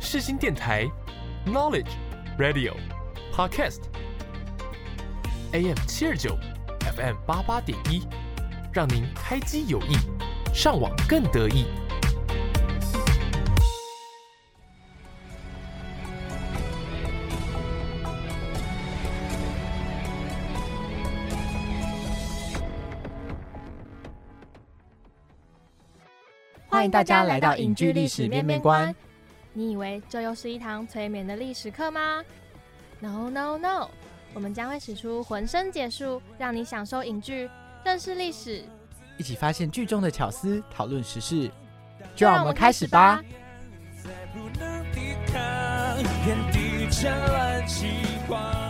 世新电台 Knowledge Radio Podcast AM 729 FM 88.1，让您开机有益，上网更得意。 欢迎大家来到影剧历史面面观。 你以为这又是一堂催眠的历史课吗？ No No No， 我们将会使出浑身解数，让你享受影剧，认识历史， 一起发现剧中的巧思，讨论时事。就让我们开始吧。 原地战乱起狂。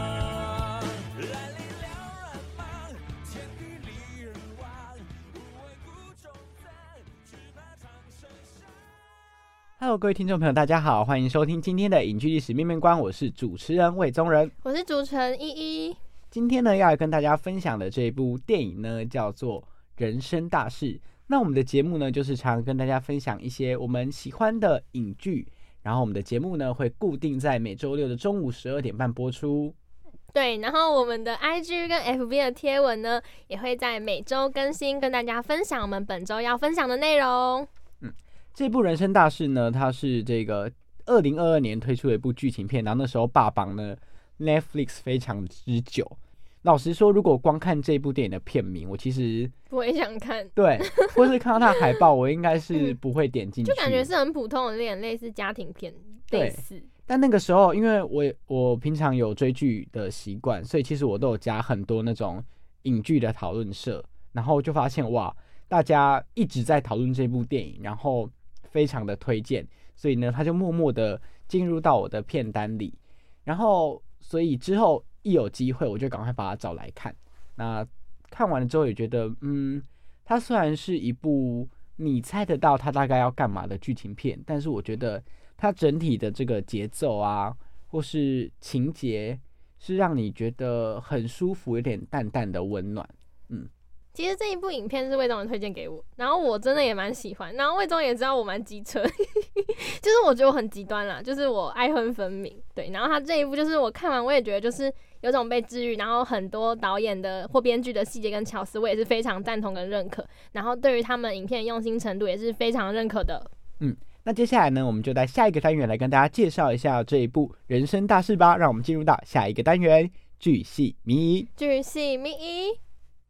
Hello， 各位听众朋友，大家好，欢迎收听今天的影剧历史面面观，我是主持人魏宗仁， 我是主持人依依。 今天呢，要来跟大家分享的这一部电影呢，叫做《人生大事》。那我们的节目呢，就是常跟大家分享一些我们喜欢的影剧，然后我们的节目呢，会固定在每周六的中午12点半播出。 对，然后我们的 IG 跟 FB 的贴文呢，也会在每周更新，跟大家分享我们本周要分享的内容。 这部《人生大事》呢，它是这个2022年推出的一部剧情片，然后那时候霸榜呢 Netflix 非常之久。老实说，如果光看这部电影的片名，我其实不会想看。 对，或是看到它的海报，我应该是不会点进去。 就感觉是很普通的，有点类似家庭片类似。 但那个时候，因为我平常有追剧的习惯，所以其实我都有加很多那种影剧的讨论社，然后就发现哇，大家一直在讨论这部电影，然后非常的推荐，所以呢，它就默默的进入到我的片单里，然后所以之后一有机会，我就赶快把它找来看。那看完了之后也觉得，它虽然是一部你猜得到它大概要干嘛的剧情片，但是我觉得它整体的这个节奏啊，或是情节，是让你觉得很舒服，有点淡淡的温暖。 其实这一部影片是魏宗仁推荐给我，然后我真的也蛮喜欢，然后魏宗仁也知道我蛮机车，就是我觉得我很极端啦，就是我爱恨分明。对，然后他这一部就是我看完我也觉得就是有种被治愈，然后很多导演的或编剧的细节跟巧思我也是非常赞同跟认可，然后对于他们影片的用心程度也是非常认可的。 那接下来呢，我们就在下一个单元来跟大家介绍一下这一部《人生大事》吧。让我们进入到下一个单元——剧系迷疑。 剧系迷疑，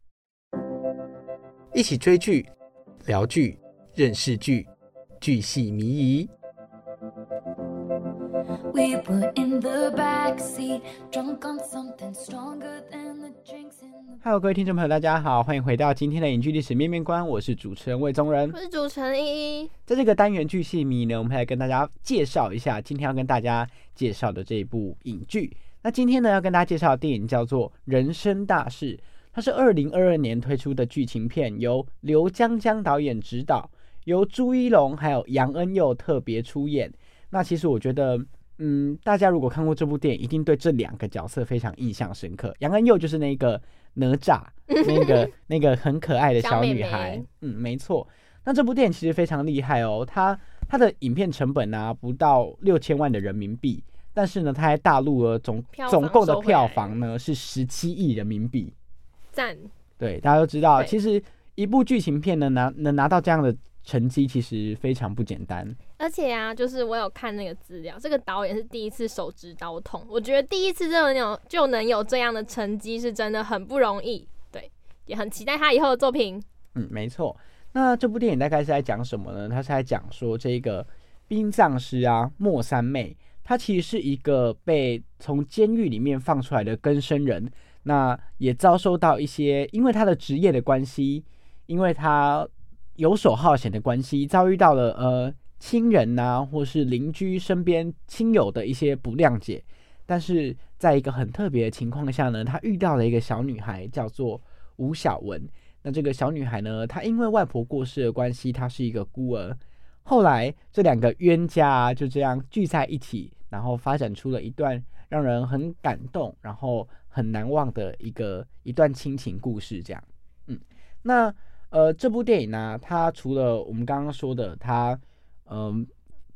一起追剧、聊剧、认识剧，剧系迷疑。Hello， 各位听众朋友，大家好，欢迎回到今天的影剧历史面面观，我是主持人魏宗仁， 我是主持人依依。在这个单元剧系迷呢，我们会来跟大家介绍一下今天要跟大家介绍的这一部影剧。那今天呢，要跟大家介绍的电影叫做《人生大事》。它是2022年推出的剧情片，由刘江江导演执导，由朱一龙还有杨恩佑特别出演。那其实我觉得，大家如果看过这部电影，一定对这两个角色非常印象深刻。杨恩佑就是那个哪吒，那个很可爱的小女孩，没错。那这部电影其实非常厉害哦，它的影片成本啊不到6000万的人民币，但是呢，它在大陆总共的票房呢是17亿人民币。对，大家都知道，其实一部剧情片呢能拿到这样的成绩，其实非常不简单。 而且啊，就是我有看那个资料，这个导演是第一次手执刀筒，我觉得第一次就能有这样的成绩，是真的很不容易。对，也很期待他以后的作品。 没错。那这部电影大概是在讲什么呢？它是在讲说这个殡葬师啊，莫三妹，她其实是一个被从监狱里面放出来的更生人。那也遭受到一些，因为他的职业的关系，因为他游手好闲的关系，遭遇到了亲人啊，或是邻居身边亲友的一些不谅解。但是在一个很特别的情况下呢，他遇到了一个小女孩，叫做吴小文。那这个小女孩呢，她因为外婆过世的关系，她是一个孤儿。后来这两个冤家啊，就这样聚在一起，然后发展出了一段让人很感动，然后很难忘的一段亲情故事，这样。那这部电影呢，它除了我们刚刚说的，它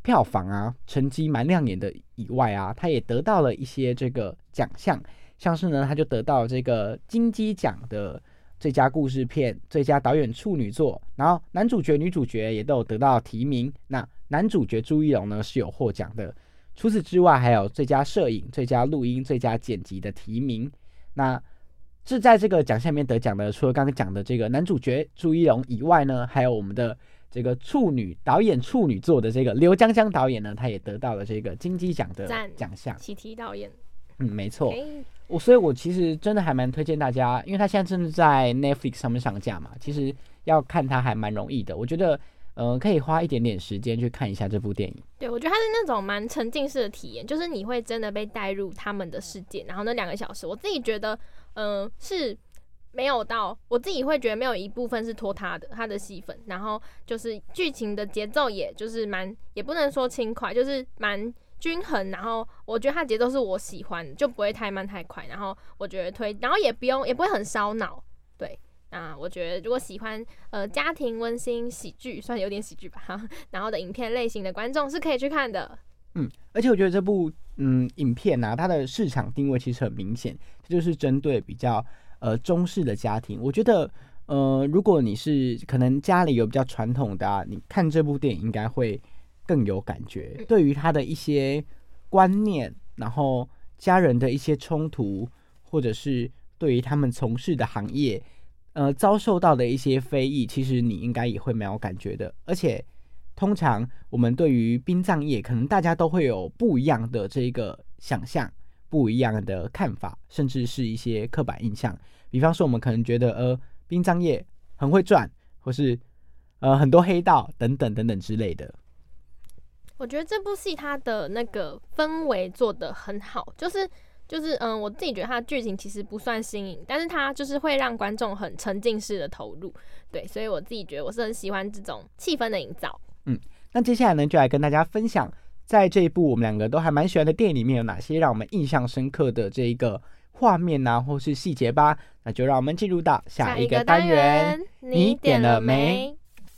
票房啊成绩蛮亮眼的以外啊，他也得到了一些这个奖项，像是呢他就得到这个金鸡奖的最佳故事片、最佳导演处女作，然后男主角、女主角也都有得到提名。那男主角朱一龙呢是有获奖的。除此之外，还有最佳摄影、最佳录音、最佳剪辑的提名。那是在这个奖项里面得奖的，除了刚刚讲的这个男主角朱一龙以外呢，还有我们的这个导演处女作的这个刘江江导演呢，他也得到了这个金鸡奖的奖项。 启提导演， 没错。所以我其实真的还蛮推荐大家，因为他现在正在 Netflix 上面上架嘛，其实要看它还蛮容易的。我觉得可以花一点点时间去看一下这部电影。 对，我觉得它是那种蛮沉浸式的体验，就是你会真的被带入他们的世界，然后那2个小时，我自己觉得，是没有到，我自己会觉得没有一部分是拖沓的，它的戏份，然后就是剧情的节奏，也就是也不能说轻快，就是蛮均衡，然后我觉得它节奏是我喜欢的，就不会太慢太快，然后我觉得然后也不会很烧脑，对。那我觉得如果喜欢家庭温馨喜剧，算有点喜剧吧，然后的影片类型的观众是可以去看的。 而且我觉得这部影片啊，它的市场定位其实很明显，就是针对比较中式的家庭。我觉得如果你是可能家里有比较传统的啊，你看这部电影应该会更有感觉。对于他的一些观念，然后家人的一些冲突，或者是对于他们从事的行业遭受到的一些非议，其实你应该也会蛮有感觉的。而且通常我们对于殡葬业可能大家都会有不一样的这个想象，不一样的看法，甚至是一些刻板印象。比方说我们可能觉得殡葬业很会赚，或是很多黑道等等等等之类的。 我觉得这部戏它的那个氛围做得很好，就是我自己觉得它的剧情其实不算新颖，但是它就是会让观众很沉浸式的投入，对，所以我自己觉得我是很喜欢这种气氛的营造。 那接下来呢，就来跟大家分享，在这一部我们2个都还蛮喜欢的电影里面有哪些让我们印象深刻的这一个画面啊，或是细节吧。那就让我们进入到下一个单元，你点了没？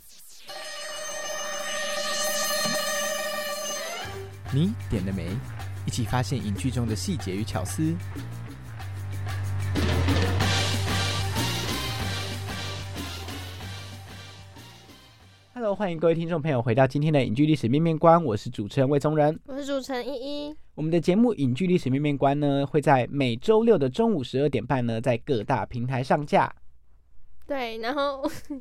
你点了没？一起发现影剧中的细节与巧思。 Hello， 欢迎各位听众朋友回到今天的影剧历史面面观，我是主持人魏宗仁， 我是主持人依依。 我们的节目影剧历史面面观呢，会在每周六的中午12点半呢，在各大平台上架。 对，然后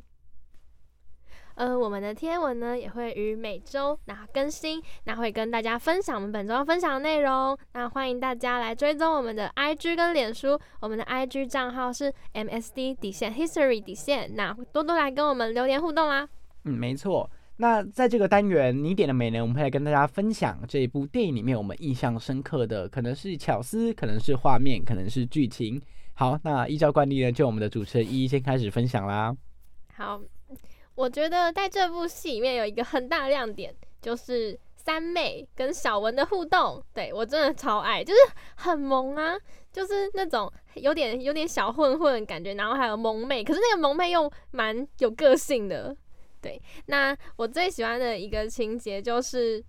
我们的贴文呢也会于每周更新，那会跟大家分享我们本周要分享的内容。那欢迎大家来追踪我们的 IG 跟脸书，我们的 IG 账号是 MSD_History_，那多多来跟我们留言互动啦。 没错。那在这个单元你点了没呢，我们会来跟大家分享这一部电影里面我们印象深刻的，可能是巧思，可能是画面，可能是剧情。好，那依照惯例呢，就我们的主持人依依先开始分享啦。 好，我觉得在这部戏里面有一个很大的亮点，就是三妹跟小文的互动，对，我真的超爱，就是很萌啊，就是那种有点小混混的感觉，然后还有萌妹，可是那个萌妹又蛮有个性的。对，那我最喜欢的一个情节就是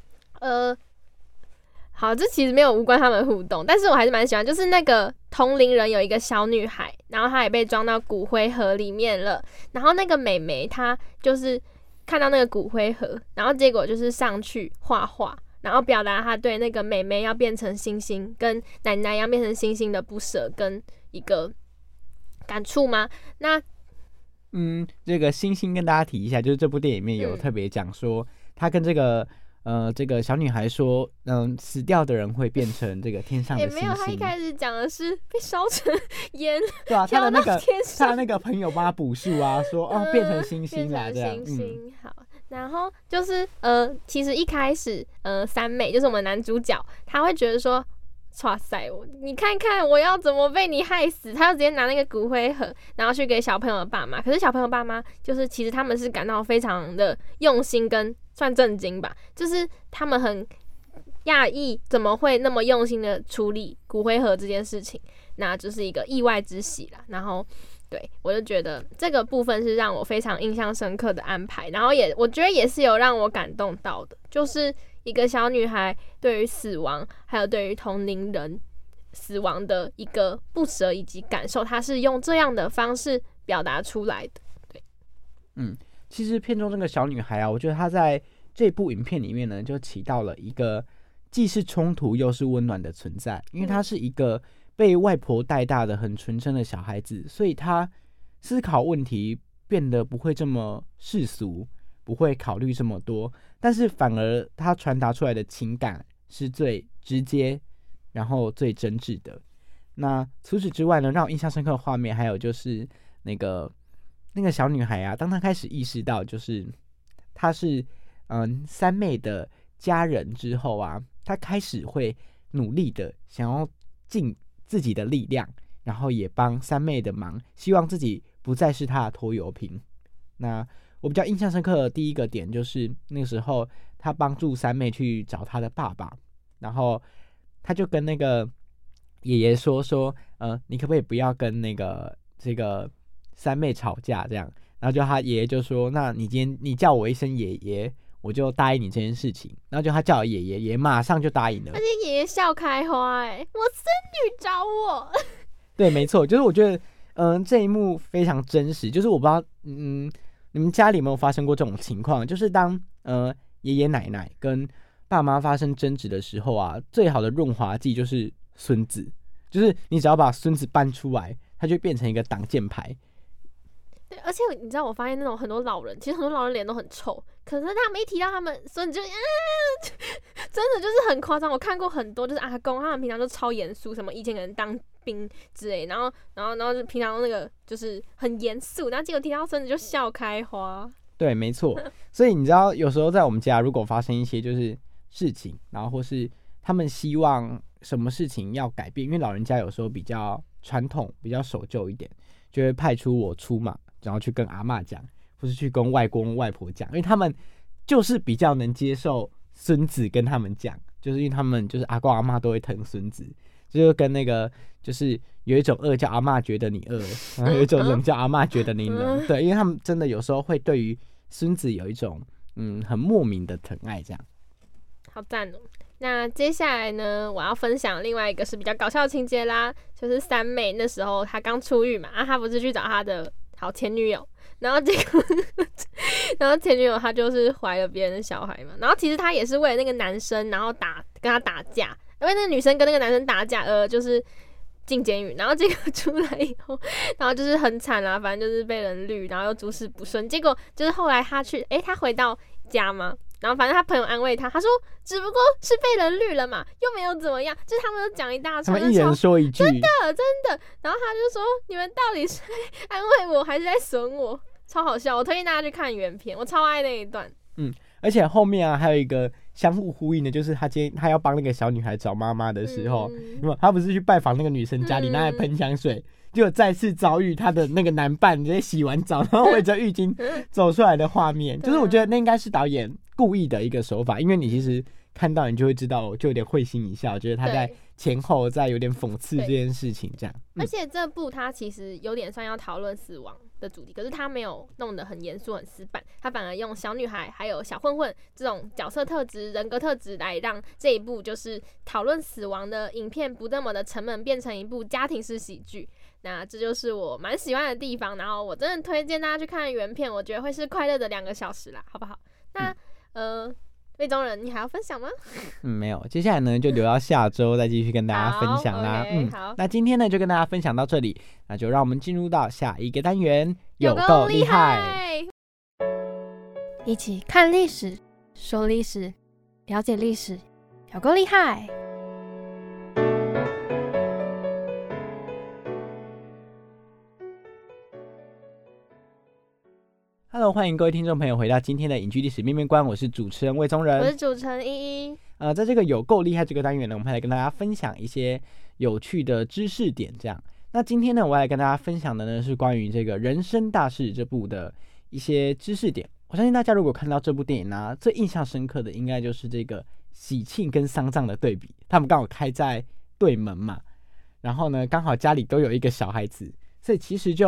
好，这其实没有无关他们互动，但是我还是蛮喜欢，就是那个同龄人有一个小女孩，然后她也被装到骨灰盒里面了，然后那个妹妹她就是看到那个骨灰盒，然后结果就是上去画画，然后表达她对那个妹妹要变成星星，跟奶奶要变成星星的不舍跟一个感触吗？那这个星星跟大家提一下，就是这部电影里面有特别讲说，他跟这个小女孩说，死掉的人会变成这个天上的星星。 也没有，他一开始讲的是被烧成烟， 对啊， 飘到天上。 他的那个朋友帮他补述啊，说变成星星啦，这样。 星星好，然后就是其实一开始三妹就是我们男主角，他会觉得说，哇塞，你看看我要怎么被你害死，他就直接拿那个骨灰盒，然后去给小朋友的爸妈。可是小朋友爸妈就是其实他们是感到非常的用心跟算震惊吧，就是他们很讶异怎么会那么用心的处理骨灰盒这件事情，那就是一个意外之喜啦。然后对，我就觉得这个部分是让我非常印象深刻的安排，然后我觉得也是有让我感动到的，就是一个小女孩对于死亡，还有对于同龄人死亡的一个不舍以及感受，她是用这样的方式表达出来的。对， 其实片中这个小女孩啊，我觉得她在这部影片里面呢，就起到了一个既是冲突又是温暖的存在，因为她是一个被外婆带大的很纯真的小孩子，所以她思考问题变得不会这么世俗，不会考虑这么多，但是反而她传达出来的情感是最直接，然后最真挚的。那除此之外呢，让我印象深刻的画面还有就是那个小女孩啊，当她开始意识到就是她是三妹的家人之后啊，她开始会努力的想要尽自己的力量，然后也帮三妹的忙，希望自己不再是她的拖油瓶。那我比较印象深刻的第一个点就是那个时候她帮助三妹去找她的爸爸，然后她就跟那个爷爷说你可不可以不要跟这个三妹吵架这样，然后就他爷爷就说，那你今天你叫我一声爷爷，我就答应你这件事情。然后就他叫了爷爷，爷爷马上就答应了， 而且爷爷笑开花，我孙女找我。 对，没错，就是我觉得这一幕非常真实，就是我不知道你们家里有没有发生过这种情况，就是当爷爷奶奶跟爸妈发生争执的时候啊，最好的润滑剂就是孙子，就是你只要把孙子搬出来，他就变成一个挡箭牌。 对，而且你知道，我发现那种很多老人，其实很多老人脸都很臭，可是他们一提到他们孙子就真的就是很夸张。我看过很多，就是阿公他们平常就超严肃，什么以前可能当兵之类，然后就平常那个就是很严肃，然后结果提到孙子就笑开花。 对，没错。所以你知道，有时候在我们家，如果发生一些就是事情，然后或是他们希望什么事情要改变，因为老人家有时候比较传统、比较守旧一点，就会派出我出马，然后去跟阿嬷讲，或是去跟外公外婆讲，因为他们就是比较能接受孙子跟他们讲，就是因为他们就是阿公阿嬷都会疼孙子，就是跟那个就是有一种饿叫阿嬷觉得你饿，然后有一种冷叫阿嬷觉得你冷，对，因为他们真的有时候会对于孙子有一种很莫名的疼爱，这样。 好赞哦！那接下来呢，我要分享另外一个是比较搞笑的情节啦，就是三妹那时候她刚出狱嘛，她不是去找她的前女友，然后结果然后前女友她就是怀了别人的小孩嘛，然后其实她也是为了那个男生，然后跟他打架，因为那个女生跟那个男生打架，就是进监狱，然后结果出来以后，然后就是很惨啦，反正就是被人绿，然后又诸事不顺，结果就是后来他回到家嘛，然后反正他朋友安慰他，他说只不过是被人绿了嘛，又没有怎么样，就是他们都讲一大串， 他们一人说一句， 真的，然后他就说你们到底是安慰我还是在损我，超好笑，我推荐大家去看原片，我超爱那一段。 而且后面啊还有一个相互呼应的，就是他今天他要帮那个小女孩找妈妈的时候，他不是去拜访那个女生家里，拿来喷香水，结果再次遭遇他的那个男伴直接洗完澡，然后围着浴巾走出来的画面，就是我觉得那应该是导演故意的一个手法，因为你其实看到你就会知道，就有点会心一笑，觉得他在前后在有点讽刺这件事情这样。 而且这部它其实有点算要讨论死亡的主题，可是他没有弄得很严肃很死板，他反而用小女孩还有小混混这种角色特质人格特质来让这一部就是讨论死亡的影片不那么的沉闷，变成一部家庭式喜剧。那这就是我蛮喜欢的地方，然后我真的推荐大家去看原片，我觉得会是快乐的2个小时啦，好不好？那魏中人，你还要分享吗？ 没有，接下来呢就留到下周再继续跟大家分享啦。 好， 那今天呢就跟大家分享到这里，那就让我们进入到下一个单元，有够厉害！ 一起看历史，说历史，了解历史，有够厉害！ Hello， 欢迎各位听众朋友回到今天的影剧历史面面观，我是主持人魏宗仁， 我是主持人依依。 在这个有够厉害这个单元呢，我们会来跟大家分享一些有趣的知识点。这样，那今天呢，我来跟大家分享的呢是关于这个《人生大事》这部的一些知识点。我相信大家如果看到这部电影呢，最印象深刻的应该就是这个喜庆跟丧葬的对比，他们刚好开在对门嘛，然后呢，刚好家里都有一个小孩子，所以其实就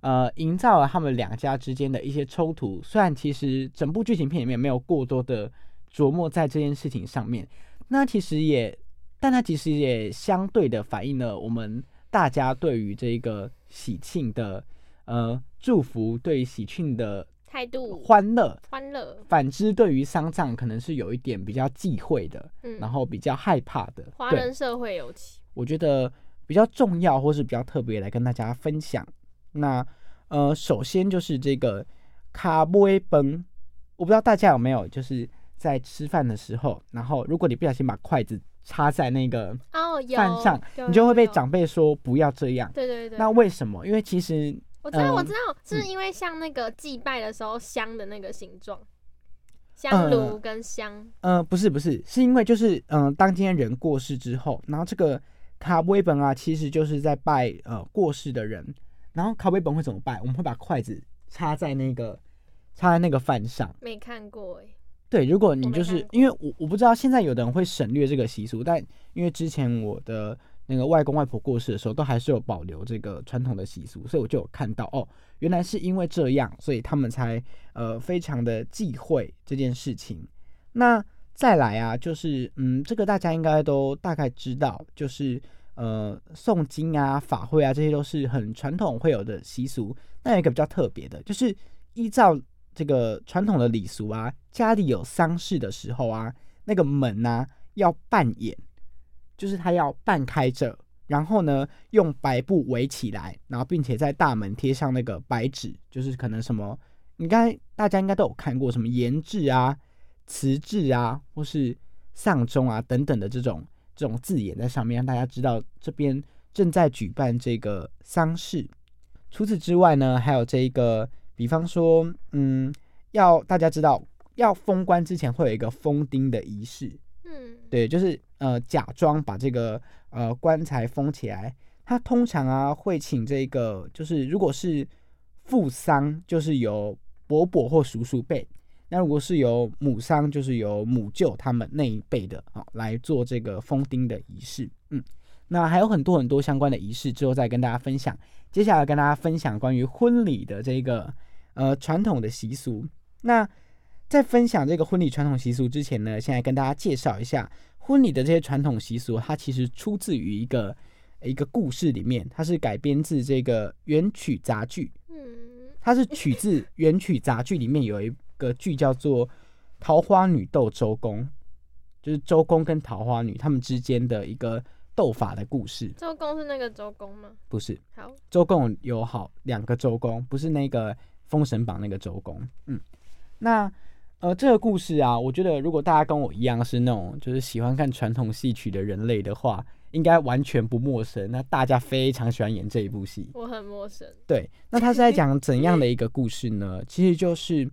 营造了他们两家之间的一些冲突。虽然其实整部剧情片里面没有过多的琢磨在这件事情上面，但它其实也相对的反映了我们大家对于这个喜庆的祝福，对于喜庆的态度欢乐。 反反之，对于丧葬可能是有一点比较忌讳的，然后比较害怕的。 华人社会尤其， 我觉得比较重要或是比较特别来跟大家分享。那首先就是这个卡尾饭，我不知道大家有没有就是在吃饭的时候，然后如果你不小心把筷子插在那个饭上，你就会被长辈说不要这样。 对。 那为什么？因为其实我知道，是因为像那个祭拜的时候香的那个形状，香炉跟香。 不是，是因为就是当今天人过世之后，然后这个卡尾饭啊，其实就是在拜过世的人。然后卡尾饭会怎么拜？我们会把筷子插在那个饭上。 没看过哎。 对，如果你就是因为我不知道现在有的人会省略这个习俗，但因为之前我的那个外公外婆过世的时候，都还是有保留这个传统的习俗，所以我就有看到哦，原来是因为这样，所以他们才非常的忌讳这件事情。那再来啊，就是这个大家应该都大概知道，就是诵经啊、法会啊，这些都是很传统会有的习俗。那有一个比较特别的，就是依照这个传统的礼俗啊，家里有丧事的时候啊，那个门啊要半掩，就是它要半开着，然后呢用白布围起来，然后并且在大门贴上那个白纸，就是可能什么，大家应该都有看过什么延志啊、辞志啊，或是丧钟啊等等的这种字眼在上面，让大家知道这边正在举办这个丧事。除此之外呢，还有这个，比方说，要大家知道，要封棺之前会有一个封钉的仪式。对，就是假装把这个棺材封起来。他通常啊会请这个，就是如果是父丧，就是由伯伯或叔叔辈；那如果是由母丧，就是由母舅他们那一辈的来做这个封钉的仪式。那还有很多很多相关的仪式，之后再跟大家分享。接下来跟大家分享关于婚礼的这个传统的习俗。那在分享这个婚礼传统习俗之前呢，现在跟大家介绍一下婚礼的这些传统习俗，它其实出自于一个故事里面，它是改编自这个元曲杂剧。它是取自元曲杂剧里面有一个剧叫做《桃花女斗周公》，就是周公跟桃花女他们之间的一个斗法的故事。 周公是那个周公吗？ 不是， 好， 周公有两个周公，不是那个《封神榜》那个周公。那这个故事啊，我觉得如果大家跟我一样是那种就是喜欢看传统戏曲的人类的话，应该完全不陌生。那大家非常喜欢演这一部戏， 我很陌生。 对，那他是在讲怎样的一个故事呢？其实就是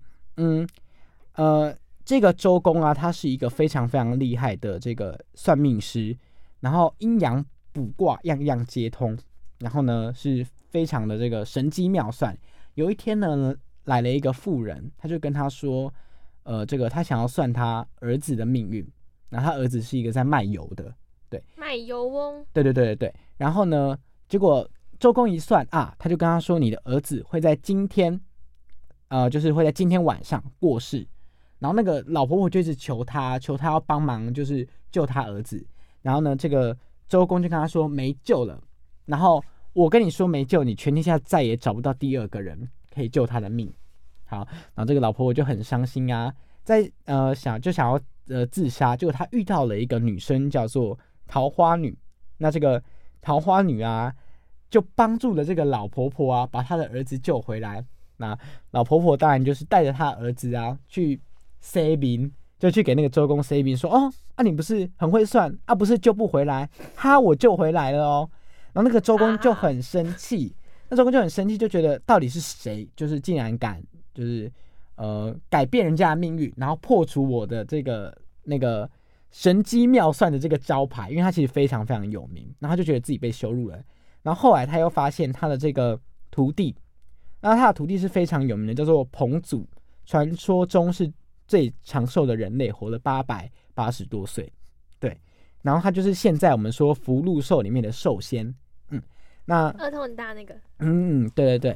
这个周公啊，他是一个非常非常厉害的这个算命师，然后阴阳卜卦样样皆通，然后呢是非常的这个神机妙算。有一天呢，来了一个妇人，他就跟他说，这个他想要算他儿子的命运，然后他儿子是一个在卖油的，对， 卖油翁， 对。然后呢，结果周公一算啊，他就跟他说，你的儿子会在今天，就是会在今天晚上过世。然后那个老婆婆就一直求他要帮忙，就是救他儿子。然后呢，这个周公就跟他说没救了。然后我跟你说没救，你全天下再也找不到第二个人可以救他的命。好，然后这个老婆婆就很伤心啊，想要自杀，结果她遇到了一个女生叫做桃花女。那这个桃花女啊，就帮助了这个老婆婆啊，把她的儿子救回来。那老婆婆当然就是带着她的儿子啊去塞宾，就去给那个周公塞宾说，你不是很会算啊，不是救不回来，我救回来了哦。然后那个周公就很生气，就觉得到底是谁，就是竟然敢就是改变人家的命运，然后破除我的这个那个神机妙算的这个招牌，因为他其实非常非常有名，然后他就觉得自己被羞辱了。然后后来他又发现他的这个徒弟，然后他的徒弟是非常有名的，叫做彭祖，传说中是最长寿的人类，活了880多岁。对，然后他就是现在我们说福禄寿里面的寿仙。那额头很大那个。 对。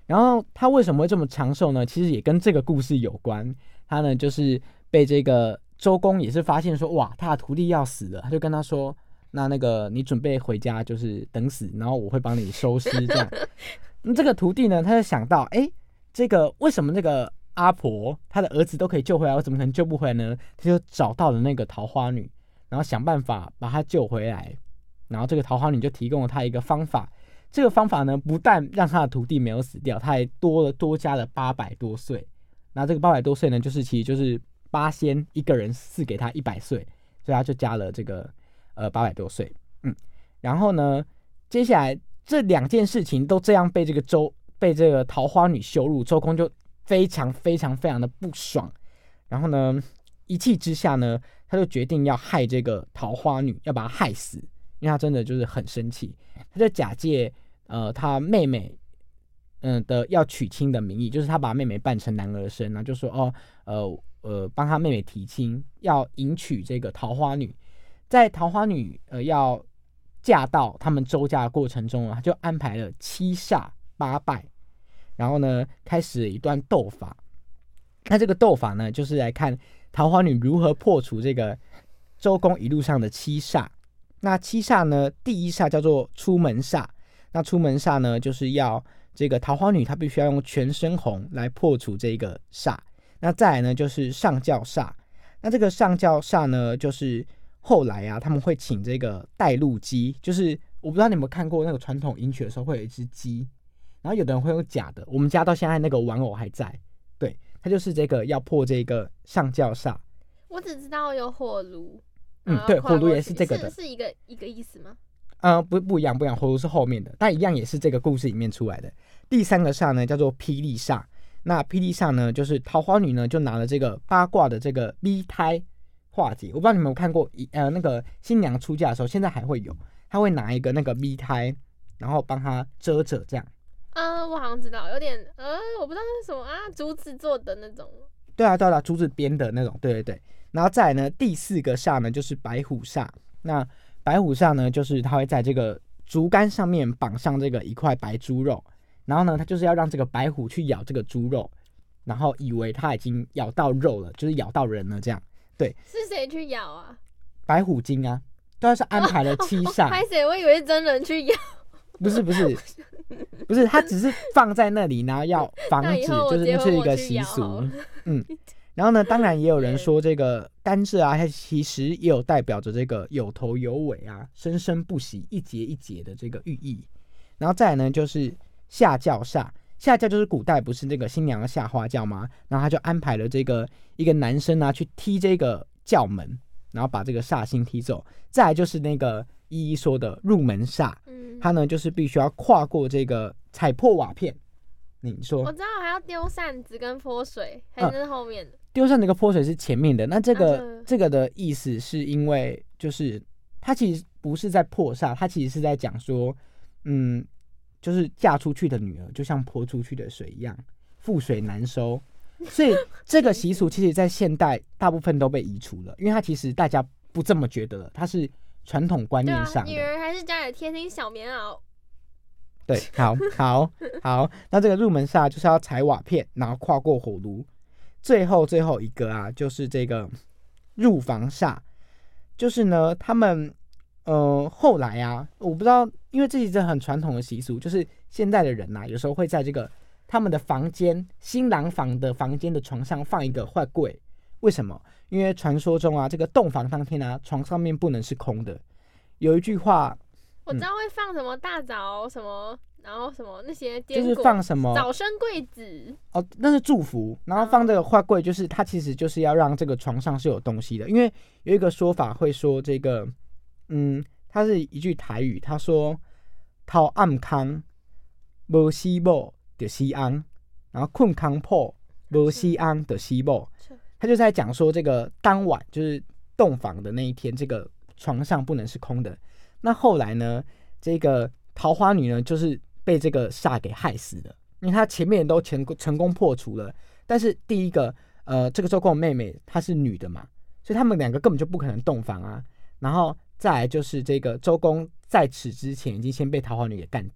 然后他为什么会这么长寿呢？其实也跟这个故事有关。他呢就是被这个周公也是发现说，哇，他的徒弟要死了，他就跟他说，那个你准备回家就是等死，然后我会帮你收尸这样。那这个徒弟呢，他就想到，这个为什么这个阿婆她的儿子都可以救回来，我怎么可能救不回来呢？他就找到了那个桃花女，然后想办法把她救回来。然后这个桃花女就提供了他一个方法，这个方法呢，不但让他的徒弟没有死掉，他还多加了800多岁。那这个800多岁呢，其实就是八仙一个人赐给他100岁，所以他就加了这个800多岁。然后呢，接下来这2件事情都这样被这个桃花女羞辱，周公就非常非常非常的不爽。然后呢，一气之下呢，他就决定要害这个桃花女，要把她害死，因为他真的就是很生气。他就假借他妹妹的要娶亲的名义，就是他把妹妹扮成男儿身，然后就说帮他妹妹提亲，要迎娶这个桃花女。在桃花女要嫁到他们周家的过程中，他就安排了7煞8拜，然后呢开始了一段斗法。那这个斗法呢，就是来看桃花女如何破除这个周公一路上的7煞。那7煞呢，第1煞叫做出门煞。那出门煞呢，就是要这个桃花女她必须要用全身红来破除这个煞。那再来呢，就是上轿煞。那这个上轿煞呢，就是后来啊，他们会请这个带路鸡，就是我不知道你有没有看过那个传统迎娶的时候会有一只鸡，然后有的人会用假的，我们家到现在那个玩偶还在。对，它就是这个要破这个上轿煞。 我只知道有火炉。 对，火炉也是这个的， 是一个意思吗？ 不一样，火炉是后面的，但一样也是这个故事里面出来的。第3个煞呢，叫做霹雳煞。那霹雳煞呢，就是桃花女呢就拿了这个八卦的这个咪胎化解。我不知道你们有看过那个新娘出嫁的时候，现在还会有，她会拿一个那个咪胎，然后帮她遮着这样。 我好像知道，有点我不知道是什么啊，竹子做的那种。 对啊，竹子编的那种，对。然后再来呢，第4个煞呢就是白虎煞。那白虎煞呢，就是它会在这个竹竿上面绑上这个一块白猪肉，然后呢，它就是要让这个白虎去咬这个猪肉，然后以为它已经咬到肉了，就是咬到人了这样。对， 是谁去咬啊？ 白虎精啊，都是安排了7煞。 拍谁？我以为是真人去咬。 不是，它只是放在那里，然后要防止，就是那是一个习俗。然后呢，当然也有人说这个甘蔗啊，它其实也有代表着这个有头有尾啊，生生不息，一节一节的这个寓意。然后再来呢，就是下轿煞。下轿就是古代不是这个新娘要下花轿吗？然后他就安排了这个一个男生啊去踢这个轿门，然后把这个煞星踢走。再来就是那个一说的入门煞，他呢就是必须要跨过这个踩破瓦片。你说我知道还要丢扇子跟泼水，还是后面的？ 丢扇子跟泼水是前面的。那这个的意思是因为就是他其实不是在破煞，他其实是在讲说，就是嫁出去的女儿就像泼出去的水一样，覆水难收。所以这个习俗其实在现代大部分都被移除了，因为它其实大家不这么觉得了，它是传统观念上的。 女儿还是家里的贴心小棉袄。 对，好，那这个入门煞就是要踩瓦片，然后跨过火炉。最后一个啊，就是这个入房煞，就是呢，他们后来啊，我不知道，因为这其实很传统的习俗，就是现在的人啊，有时候会在这个他们的房间，新郎房的房间的床上放一个画柜。为什么？因为传说中啊，这个洞房当天啊，床上面不能是空的。有一句话。 我知道会放什么大枣什么，然后什么那些坚果，就是放什么早生贵子哦，那是祝福。然后放这个画柜，就是它其实就是要让这个床上是有东西的。因为有一个说法会说这个，它是一句台语，他说“头暗康无死某就死翁，然后困康破无死翁就死某”，他就在讲说这个当晚就是洞房的那一天，这个床上不能是空的。那后来呢，这个桃花女呢，就是被这个煞给害死了，因为她前面都成功破除了，但是第一个，这个周公的妹妹她是女的嘛，所以他们2个根本就不可能洞房啊。然后再来就是这个周公在此之前已经先被桃花女给干掉，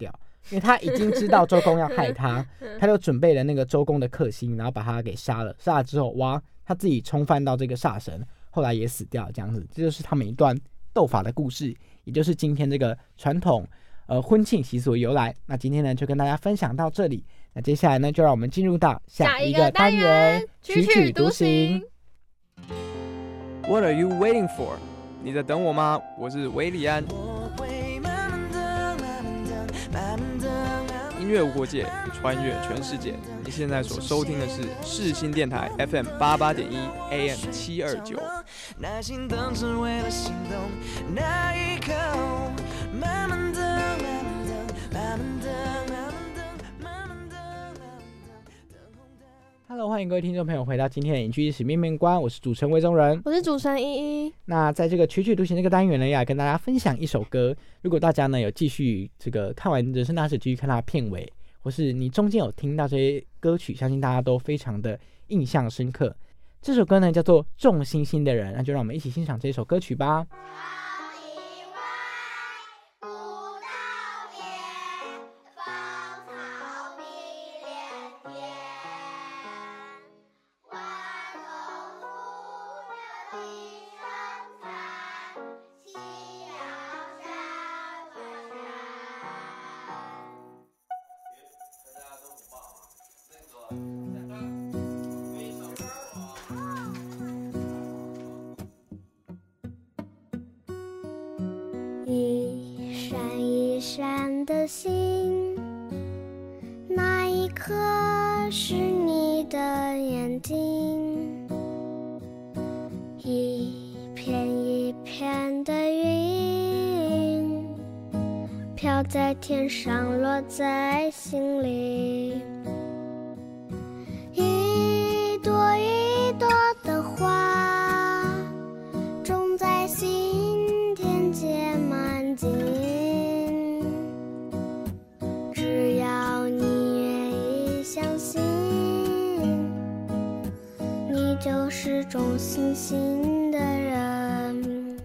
因为他已经知道周公要害他，他就准备了那个周公的克星，然后把他给杀了。杀了之后，哇，他自己冲犯到这个煞神，后来也死掉，这样子，这就是他们一段斗法的故事，也就是今天这个传统婚庆习俗的由来。那今天呢就跟大家分享到这里，那接下来呢就让我们进入到下一个单元，曲曲独行。 What are you waiting for？ 你在等我吗？我是韦礼安。音乐无国界，穿越全世界。你现在所收听的是世新电台 FM 88.1 AM 729。 耐心等是为了心动，那一刻，慢慢等，慢慢等，慢慢等，慢慢等，慢慢等，慢慢等。 Hello， 欢迎各位听众朋友回到今天的影剧历史面面观，我是主持人魏宗仁， 我是主持人依依。 那在这个曲曲独行这个单元呢，要跟大家分享一首歌。如果大家呢有继续这个看完《人生大事》，继续看它的片尾，或是你中间有听到这些歌曲，相信大家都非常的印象深刻。这首歌呢叫做《众星星的人》，那就让我们一起欣赏这首歌曲吧。 一闪一闪的星，那一颗是你的眼睛，一片一片的云，飘在天上，落在心里，一朵一朵的花，种在心田结满茎，只要你愿意相信，你就是众星星的人。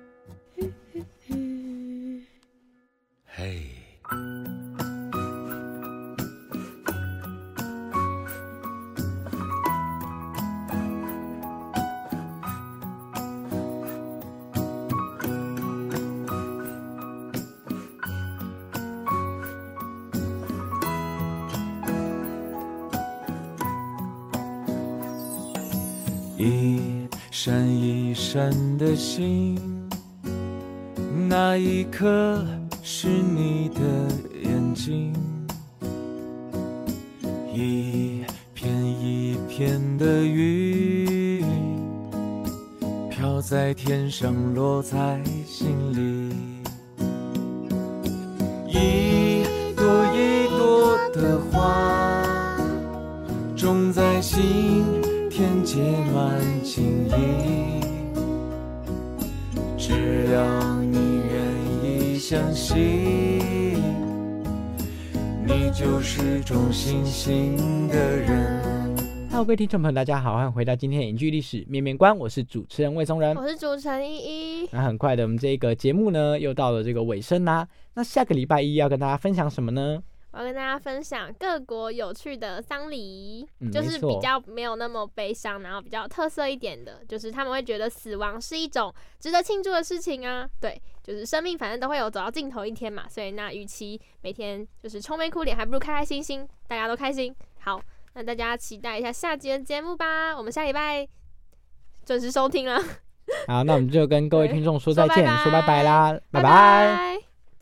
嘿。一闪一闪的星，那一颗是你的眼睛，一片一片的云，飘在天上，落在心里，一朵一朵的花，种在心田结满情意，只要你愿意相信，你就是众星星的人。 Hello， 各位听众朋友，大家好，欢迎回到今天的影剧历史面面观，我是主持人魏宗仁， 我是主持人依依。 那很快的，我们这个节目呢又到了这个尾声啦。那下个礼拜一要跟大家分享什么呢？ 我要跟大家分享各国有趣的丧礼，就是没错比较没有那么悲伤，然后比较有特色一点的，就是他们会觉得死亡是一种值得庆祝的事情啊。对，就是生命反正都会有走到尽头一天嘛，所以那与其每天就是愁眉苦脸，还不如开开心心，大家都开心。好，那大家期待一下下集的节目吧，我们下礼拜准时收听啦。 好，那我们就跟各位听众说再见，说拜拜啦，拜拜拜。 拜。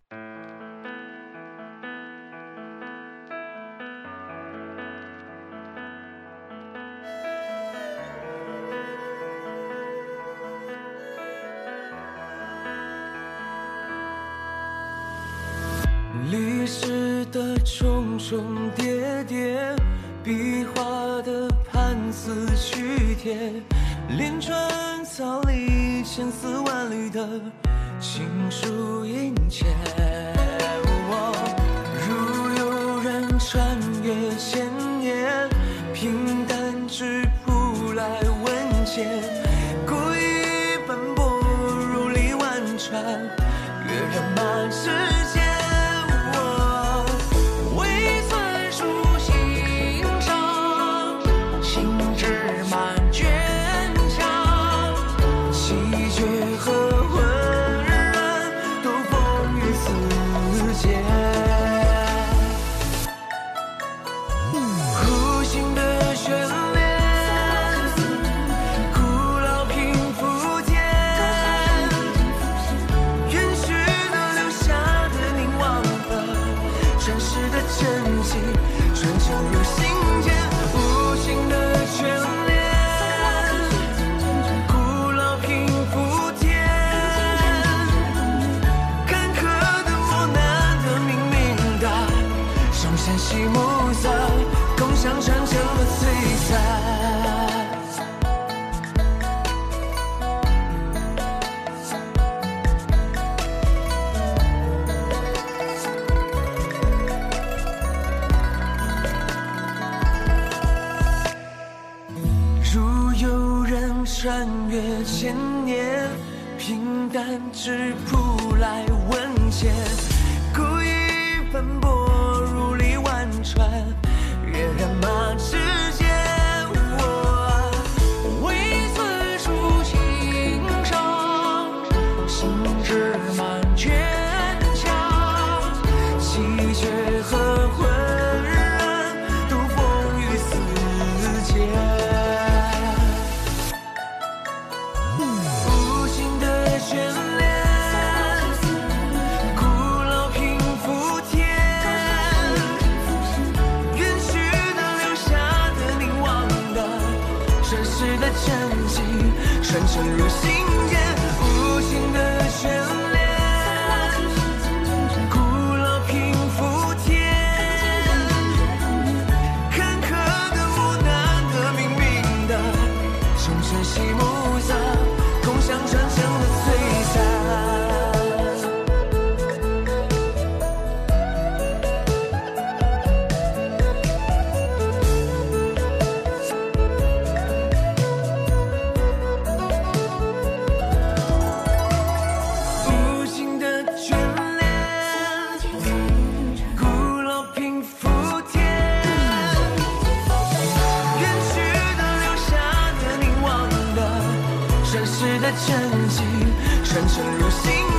历史的重重叠叠，壁画的判词曲帖，连川草里千丝万缕的情书殷切。如有人穿越千年，平淡质朴来问笺，故意奔波如历万川，跃然满世界。 千年，平淡质朴来问间，故意奔波如历万川，跃然马之间。我为此处情伤，心志满坚强，喜鹊和浑然都风雨四间。无情的眷恋，古老平伏天，远去的留下的凝望的，瞬时的真迹传承入心间。无情的眷恋，古老平伏天，坎坷的磨难的冥冥的，众生喜暮色，共享传承的璀璨。无情的眷恋，古老平伏天，远去的留下的凝望的，瞬时的真迹传承入心